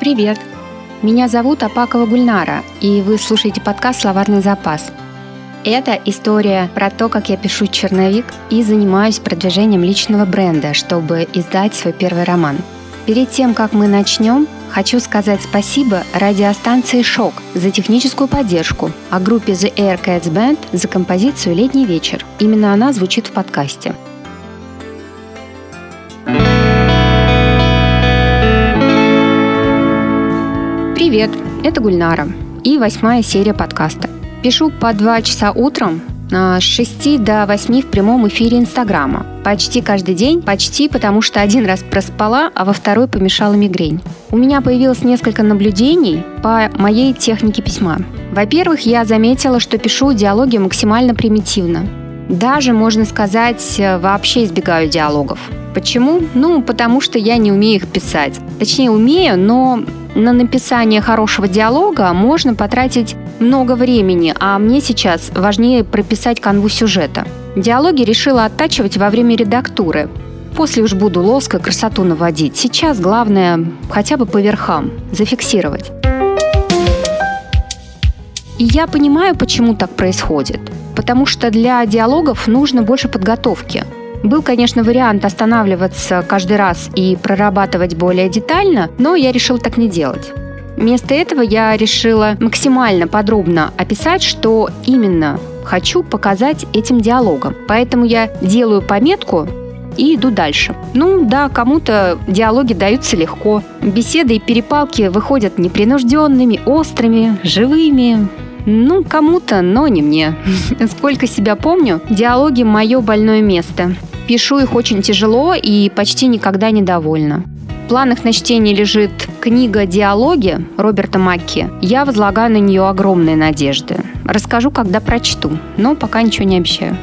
Привет! Меня зовут Апакова Гульнара, и вы слушаете подкаст «Словарный запас». Это история про то, как я пишу черновик и занимаюсь продвижением личного бренда, чтобы издать свой первый роман. Перед тем, как мы начнем, хочу сказать спасибо радиостанции «Шок» за техническую поддержку, а группе The Aircats Band за композицию «Летний вечер». Именно она звучит в подкасте. Привет, это Гульнара и 8-я серия подкаста. Пишу по 2 часа утром с 6 до 8 в прямом эфире Инстаграма. Почти каждый день, потому что один раз проспала, а во второй помешала мигрень. У меня появилось несколько наблюдений по моей технике письма. Во-первых, я заметила, что пишу диалоги максимально примитивно. Даже, можно сказать, вообще избегаю диалогов. Почему? Потому что я не умею их писать. Точнее, умею, но на написание хорошего диалога можно потратить много времени, а мне сейчас важнее прописать канву сюжета. Диалоги решила оттачивать во время редактуры. После уж буду лоск и красоту наводить. Сейчас главное хотя бы по верхам зафиксировать. И я понимаю, почему так происходит. Потому что для диалогов нужно больше подготовки. Был, конечно, вариант останавливаться каждый раз и прорабатывать более детально, но я решила так не делать. Вместо этого я решила максимально подробно описать, что именно хочу показать этим диалогом. Поэтому я делаю пометку и иду дальше. Кому-то диалоги даются легко. Беседы и перепалки выходят непринужденными, острыми, живыми. Кому-то, но не мне. Сколько себя помню, диалоги – мое больное место. Пишу их очень тяжело и почти никогда недовольна. В планах на чтение лежит книга «Диалоги» Роберта Макки. Я возлагаю на нее огромные надежды. Расскажу, когда прочту, но пока ничего не обещаю.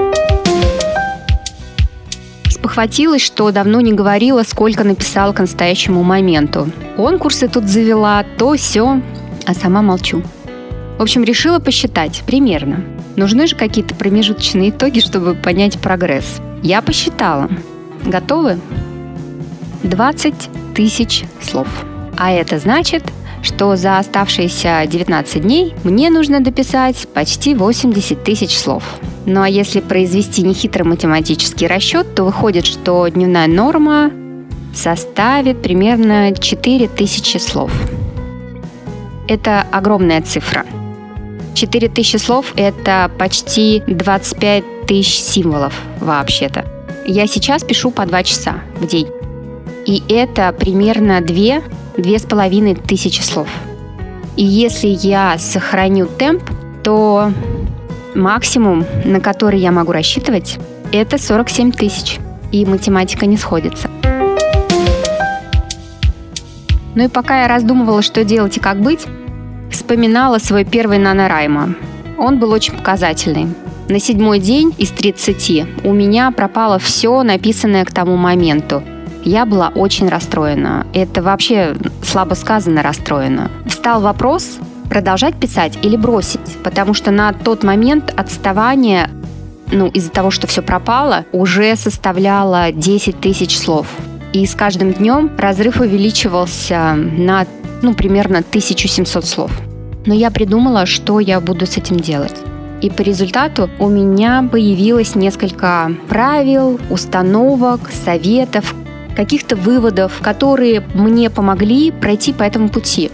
Спохватилась, что давно не говорила, сколько написала к настоящему моменту. Конкурсы тут завела, то сё, а сама молчу. В общем, решила посчитать примерно. Нужны же какие-то промежуточные итоги, чтобы понять прогресс. Я посчитала. Готовы? 20 тысяч слов. А это значит, что за оставшиеся 19 дней мне нужно дописать почти 80 тысяч слов. Ну а если произвести нехитрый математический расчет, то выходит, что дневная норма составит примерно 4000 слов. Это огромная цифра. 4000 слов – это почти 25 тысяч символов вообще-то. Я сейчас пишу по 2 часа в день. И это примерно 2-2,5 тысячи слов. И если я сохраню темп, то максимум, на который я могу рассчитывать, это 47 тысяч. И математика не сходится. И пока я раздумывала, что делать и как быть, вспоминала свой первый NaNoWriMo. Он был очень показательный. На 7-й день из 30 у меня пропало все, написанное к тому моменту. Я была очень расстроена. Это вообще слабо сказано расстроена. Встал вопрос, продолжать писать или бросить, потому что на тот момент отставание, из-за того, что все пропало, уже составляло 10 тысяч слов. И с каждым днем разрыв увеличивался на примерно 1700 слов. Но я придумала, что я буду с этим делать. И по результату у меня появилось несколько правил, установок, советов, каких-то выводов, которые мне помогли пройти по этому пути.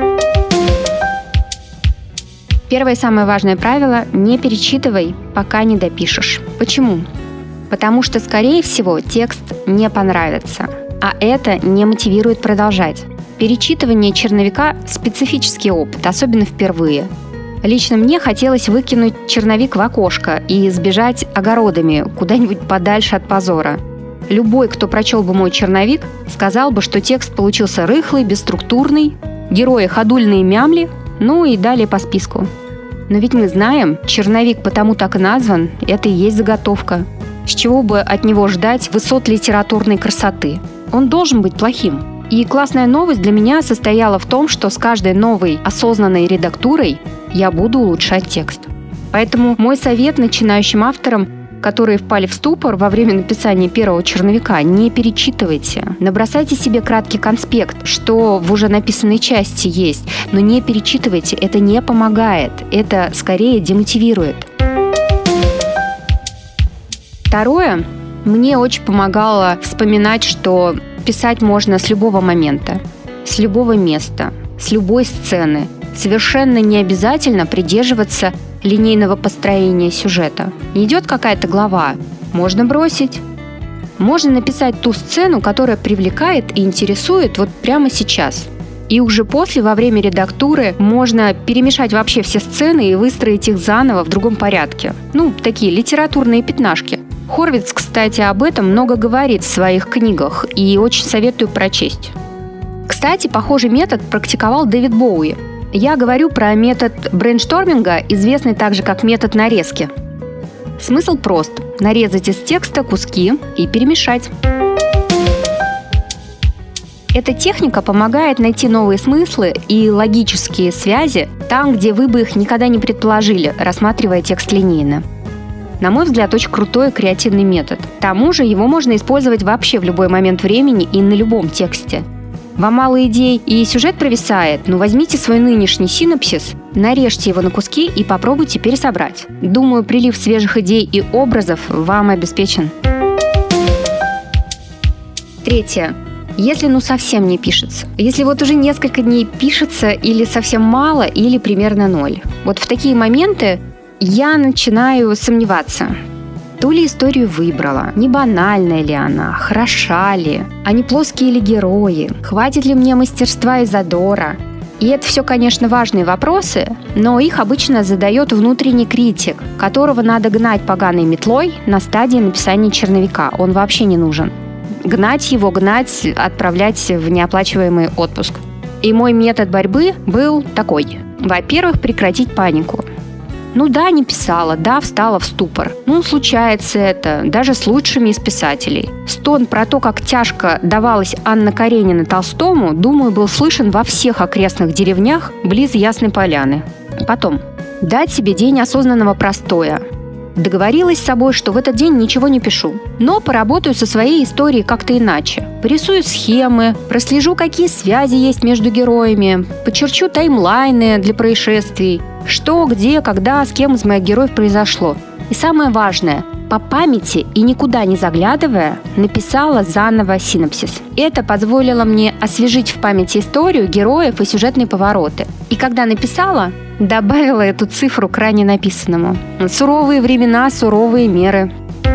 Первое и самое важное правило – не перечитывай, пока не допишешь. Почему? Потому что, скорее всего, текст не понравится, а это не мотивирует продолжать. Перечитывание черновика – специфический опыт, особенно впервые. Лично мне хотелось выкинуть черновик в окошко и сбежать огородами куда-нибудь подальше от позора. Любой, кто прочел бы мой черновик, сказал бы, что текст получился рыхлый, бесструктурный, герои ходульные мямли, и далее по списку. Но ведь мы знаем, черновик потому так и назван, это и есть заготовка. С чего бы от него ждать высот литературной красоты? Он должен быть плохим. И классная новость для меня состояла в том, что с каждой новой осознанной редактурой я буду улучшать текст. Поэтому мой совет начинающим авторам которые впали в ступор во время написания первого черновика, не перечитывайте. Набросайте себе краткий конспект, что в уже написанной части есть, но не перечитывайте, это не помогает, это скорее демотивирует. Второе, мне очень помогало вспоминать, что писать можно с любого момента, с любого места, с любой сцены. Совершенно не обязательно придерживаться линейного построения сюжета. Не идет какая-то глава, можно бросить. Можно написать ту сцену, которая привлекает и интересует вот прямо сейчас. И уже после, во время редактуры, можно перемешать вообще все сцены и выстроить их заново в другом порядке. Такие литературные пятнашки. Хорвитс, кстати, об этом много говорит в своих книгах и очень советую прочесть. Кстати, похожий метод практиковал Дэвид Боуи. Я говорю про метод брейншторминга, известный также как метод нарезки. Смысл прост – нарезать из текста куски и перемешать. Эта техника помогает найти новые смыслы и логические связи там, где вы бы их никогда не предположили, рассматривая текст линейно. На мой взгляд, очень крутой и креативный метод. К тому же его можно использовать вообще в любой момент времени и на любом тексте. Вам мало идей и сюжет провисает, возьмите свой нынешний синопсис, нарежьте его на куски и попробуйте пересобрать. Думаю, прилив свежих идей и образов вам обеспечен. Третье. Если совсем не пишется. Если вот уже несколько дней пишется или совсем мало, или примерно 0. Вот в такие моменты я начинаю сомневаться. То ли историю выбрала, не банальная ли она, хороша ли, а не плоские ли герои, хватит ли мне мастерства и задора. И это все, конечно, важные вопросы, но их обычно задает внутренний критик, которого надо гнать поганой метлой на стадии написания черновика. Он вообще не нужен. Гнать, отправлять в неоплачиваемый отпуск. И мой метод борьбы был такой. Во-первых, прекратить панику. Не писала, встала в ступор. Случается это, даже с лучшими из писателей. Стон про то, как тяжко давалась Анна Каренина Толстому, думаю, был слышен во всех окрестных деревнях близ Ясной Поляны. Потом. Дать себе день осознанного простоя. Договорилась с собой, что в этот день ничего не пишу, но поработаю со своей историей как-то иначе. Порисую схемы, прослежу, какие связи есть между героями, почерчу таймлайны для происшествий, что, где, когда, с кем из моих героев произошло. И самое важное, по памяти и никуда не заглядывая, написала заново синопсис. Это позволило мне освежить в памяти историю, героев и сюжетные повороты. И когда написала, добавила эту цифру к ранее написанному. Суровые времена, суровые меры.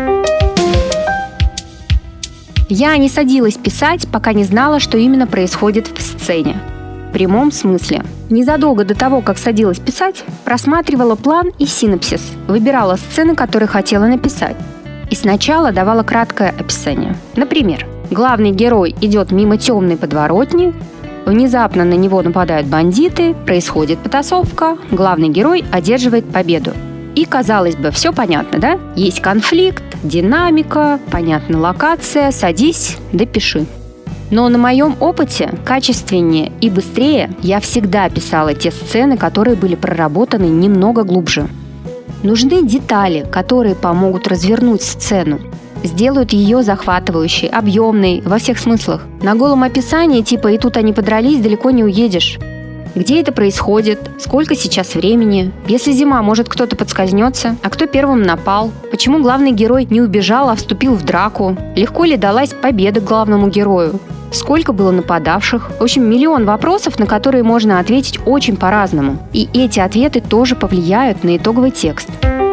Я не садилась писать, пока не знала, что именно происходит в сцене. В прямом смысле. Незадолго до того, как садилась писать, просматривала план и синопсис, выбирала сцены, которые хотела написать. И сначала давала краткое описание. Например, главный герой идет мимо темной подворотни, внезапно на него нападают бандиты, происходит потасовка, главный герой одерживает победу. И, казалось бы, все понятно, да? Есть конфликт, динамика, понятна локация, садись, допиши. Но на моем опыте качественнее и быстрее я всегда писала те сцены, которые были проработаны немного глубже. Нужны детали, которые помогут развернуть сцену, сделают ее захватывающей, объемной, во всех смыслах. На голом описании типа «и тут они подрались» далеко не уедешь. Где это происходит? Сколько сейчас времени? Если зима, может, кто-то подскользнется? А кто первым напал? Почему главный герой не убежал, а вступил в драку? Легко ли далась победа главному герою? Сколько было нападавших? В общем, миллион вопросов, на которые можно ответить очень по-разному. И эти ответы тоже повлияют на итоговый текст.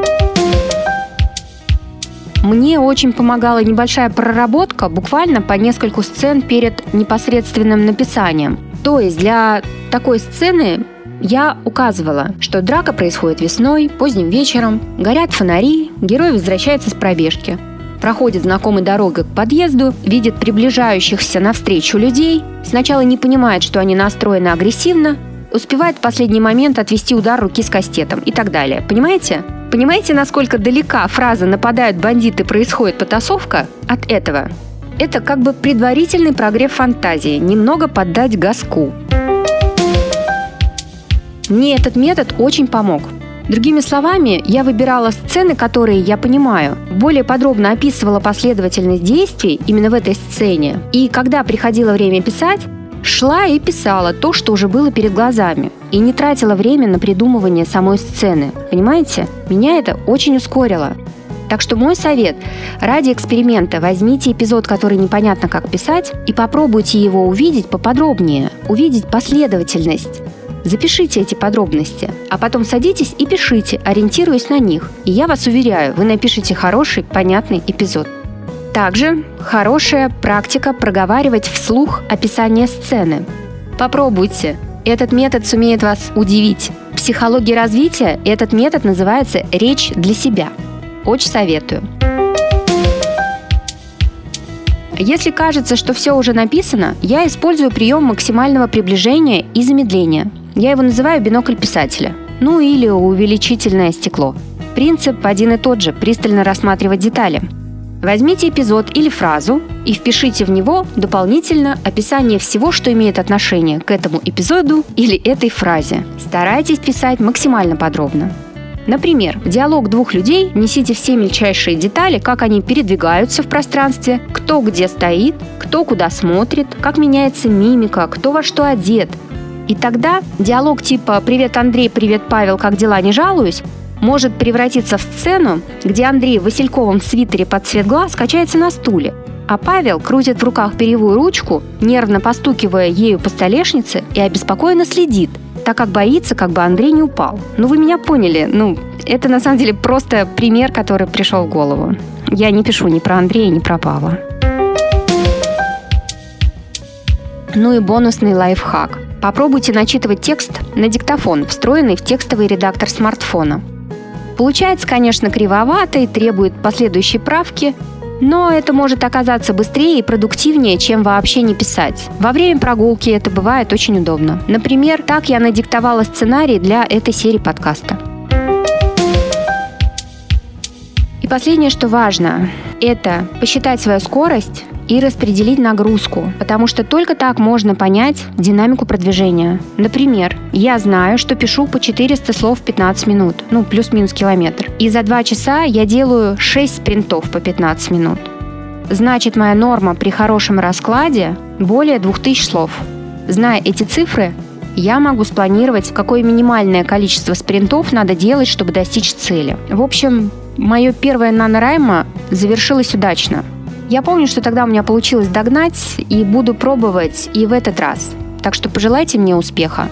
Мне очень помогала небольшая проработка, буквально по нескольку сцен перед непосредственным написанием. То есть для такой сцены я указывала, что драка происходит весной, поздним вечером, горят фонари, герой возвращается с пробежки. Проходит знакомой дорогой к подъезду, видит приближающихся навстречу людей, сначала не понимает, что они настроены агрессивно, успевает в последний момент отвести удар руки с кастетом и так далее. Понимаете? Понимаете, насколько далека фраза «нападают бандиты, происходит потасовка» от этого? Это как бы предварительный прогрев фантазии, немного поддать газку. Мне этот метод очень помог. Другими словами, я выбирала сцены, которые я понимаю, более подробно описывала последовательность действий именно в этой сцене, и когда приходило время писать, шла и писала то, что уже было перед глазами, и не тратила время на придумывание самой сцены. Понимаете? Меня это очень ускорило. Так что мой совет – ради эксперимента возьмите эпизод, который непонятно как писать, и попробуйте его увидеть поподробнее, увидеть последовательность. Запишите эти подробности, а потом садитесь и пишите, ориентируясь на них. И я вас уверяю, вы напишите хороший, понятный эпизод. Также хорошая практика проговаривать вслух описание сцены. Попробуйте. Этот метод сумеет вас удивить. В психологии развития этот метод называется «речь для себя». Очень советую. Если кажется, что все уже написано, я использую прием максимального приближения и замедления. Я его называю бинокль писателя. Ну или увеличительное стекло. Принцип один и тот же – пристально рассматривать детали. Возьмите эпизод или фразу и впишите в него дополнительно описание всего, что имеет отношение к этому эпизоду или этой фразе. Старайтесь писать максимально подробно. Например, в диалог двух людей внесите все мельчайшие детали, как они передвигаются в пространстве, кто где стоит, кто куда смотрит, как меняется мимика, кто во что одет. И тогда диалог типа «Привет, Андрей, привет, Павел, как дела, не жалуюсь» может превратиться в сцену, где Андрей в васильковом свитере под цвет глаз качается на стуле, а Павел крутит в руках перьевую ручку, нервно постукивая ею по столешнице и обеспокоенно следит, так как боится, как бы Андрей не упал. Ну, вы меня поняли. Это на самом деле просто пример, который пришел в голову. Я не пишу ни про Андрея, ни про Павла. Ну и бонусный лайфхак. Попробуйте начитывать текст на диктофон, встроенный в текстовый редактор смартфона. Получается, конечно, кривовато и требует последующей правки, но это может оказаться быстрее и продуктивнее, чем вообще не писать. Во время прогулки это бывает очень удобно. Например, так я надиктовала сценарий для этой серии подкаста. И последнее, что важно, это посчитать свою скорость и распределить нагрузку, потому что только так можно понять динамику продвижения. Например, я знаю, что пишу по 400 слов в 15 минут, плюс-минус километр. И за 2 часа я делаю 6 спринтов по 15 минут. Значит, моя норма при хорошем раскладе более 2000 слов. Зная эти цифры, я могу спланировать, какое минимальное количество спринтов надо делать, чтобы достичь цели. В общем, мое первое NaNoWriMo завершилось удачно. Я помню, что тогда у меня получилось догнать, и буду пробовать и в этот раз. Так что пожелайте мне успеха.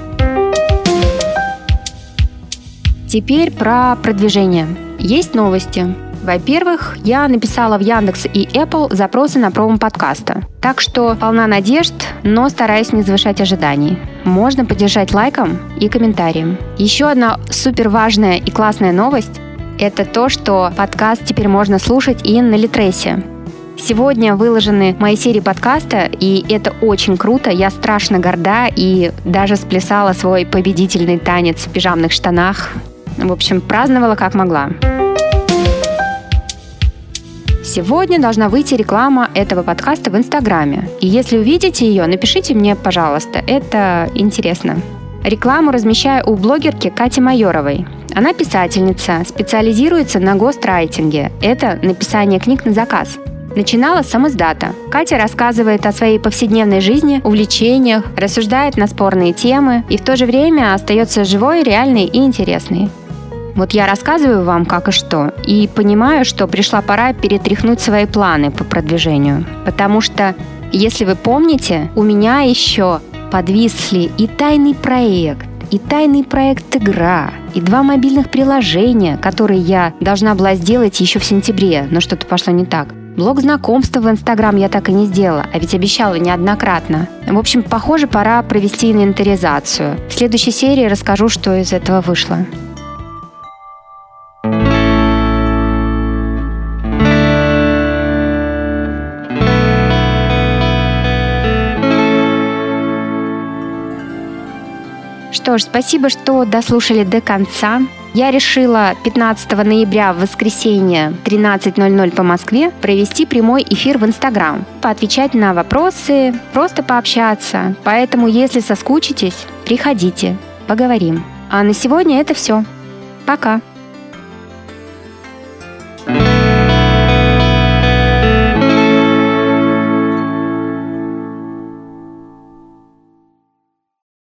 Теперь про продвижение. Есть новости. Во-первых, я написала в Яндекс и Apple запросы на промо подкаста. Так что полна надежд, но стараюсь не завышать ожиданий. Можно поддержать лайком и комментарием. Еще одна супер важная и классная новость – это то, что подкаст теперь можно слушать и на Литресе. Сегодня выложены мои серии подкаста, и это очень круто. Я страшно горда и даже сплясала свой победительный танец в пижамных штанах. В общем, праздновала как могла. Сегодня должна выйти реклама этого подкаста в Инстаграме. И если увидите ее, напишите мне, пожалуйста. Это интересно. Рекламу размещаю у блогерки Кати Майоровой. Она писательница, специализируется на гострайтинге. Это написание книг на заказ. Начинала с самиздата. Катя рассказывает о своей повседневной жизни, увлечениях, рассуждает на спорные темы и в то же время остается живой, реальной и интересной. Вот я рассказываю вам как и что, и понимаю, что пришла пора перетряхнуть свои планы по продвижению. Потому что, если вы помните, у меня еще подвисли и тайный проект игра, и 2 мобильных приложения, которые я должна была сделать еще в сентябре, но что-то пошло не так. Блог знакомства в Инстаграм я так и не сделала, а ведь обещала неоднократно. В общем, похоже, пора провести инвентаризацию. В следующей серии расскажу, что из этого вышло. Что ж, спасибо, что дослушали до конца. Я решила 15 ноября в воскресенье 13:00 по Москве провести прямой эфир в Инстаграм, поотвечать на вопросы, просто пообщаться. Поэтому, если соскучитесь, приходите, поговорим. А на сегодня это все. Пока!